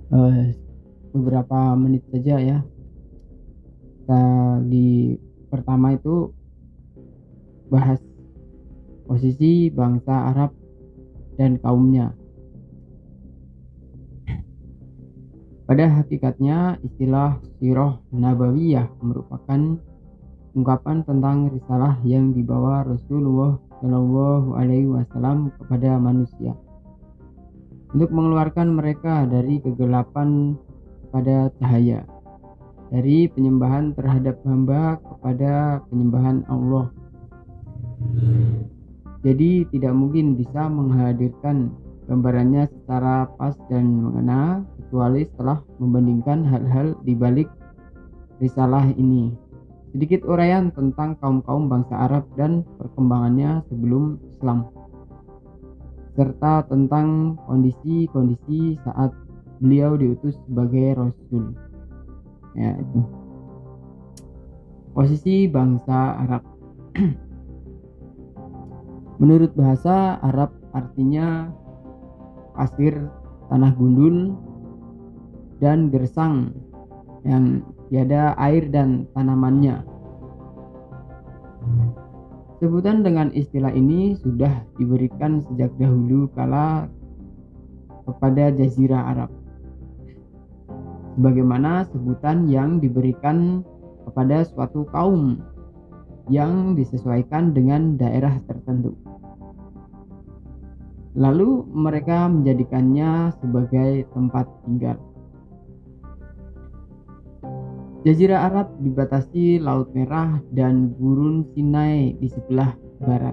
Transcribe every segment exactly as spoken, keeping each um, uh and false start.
eh, beberapa menit saja ya. Kita di pertama itu bahas posisi bangsa Arab dan kaumnya. Pada hakikatnya, istilah sirah nabawiyah merupakan ungkapan tentang risalah yang dibawa Rasulullah Shallallahu Alaihi Wasallam kepada manusia untuk mengeluarkan mereka dari kegelapan kepada cahaya, dari penyembahan terhadap hamba kepada penyembahan Allah. Jadi tidak mungkin bisa menghadirkan gambarannya secara pas dan mengena kecuali setelah membandingkan hal-hal di balik risalah ini. Sedikit uraian tentang kaum-kaum bangsa Arab dan perkembangannya sebelum Islam, serta tentang kondisi-kondisi saat beliau diutus sebagai Rasul. Ya, itu. Posisi bangsa Arab. Menurut bahasa Arab artinya pasir, tanah gundul, dan gersang yang tiada air dan tanamannya. Sebutan dengan istilah ini sudah diberikan sejak dahulu kala kepada Jazirah Arab, sebagaimana sebutan yang diberikan kepada suatu kaum yang disesuaikan dengan daerah tertentu. Lalu mereka menjadikannya sebagai tempat tinggal. Jazirah Arab dibatasi Laut Merah dan Gurun Sinai di sebelah barat.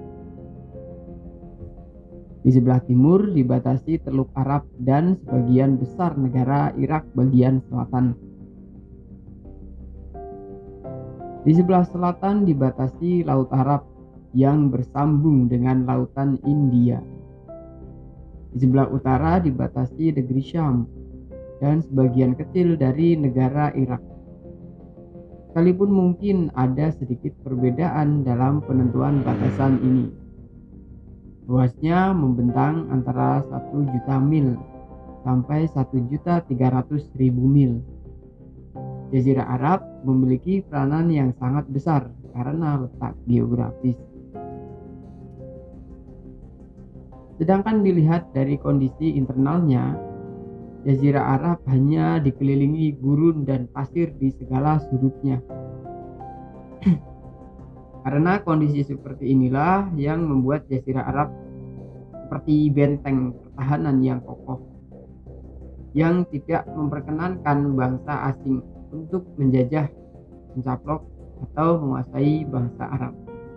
Di sebelah timur dibatasi Teluk Arab dan sebagian besar negara Irak bagian selatan. Di sebelah selatan dibatasi Laut Arab yang bersambung dengan Lautan India. Di sebelah utara dibatasi negeri Syam dan sebagian kecil dari negara Irak. Sekalipun mungkin ada sedikit perbedaan dalam penentuan batasan ini. Luasnya membentang antara satu juta mil sampai satu juta tiga ratus ribu mil. Jazirah Arab memiliki peranan yang sangat besar karena letak geografis. Sedangkan dilihat dari kondisi internalnya, Jazirah Arab hanya dikelilingi gurun dan pasir di segala sudutnya. Karena kondisi seperti inilah yang membuat Jazirah Arab seperti benteng pertahanan yang kokoh, yang tidak memperkenankan bangsa asing untuk menjajah, mencaplok, atau menguasai bangsa Arab.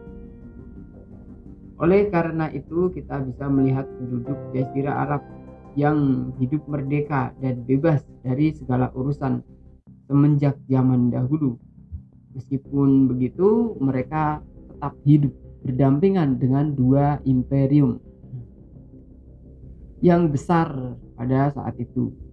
Oleh karena itu, kita bisa melihat penduduk Jazirah Arab yang hidup merdeka dan bebas dari segala urusan semenjak zaman dahulu. Meskipun begitu, mereka tetap hidup berdampingan dengan dua imperium yang besar pada saat itu,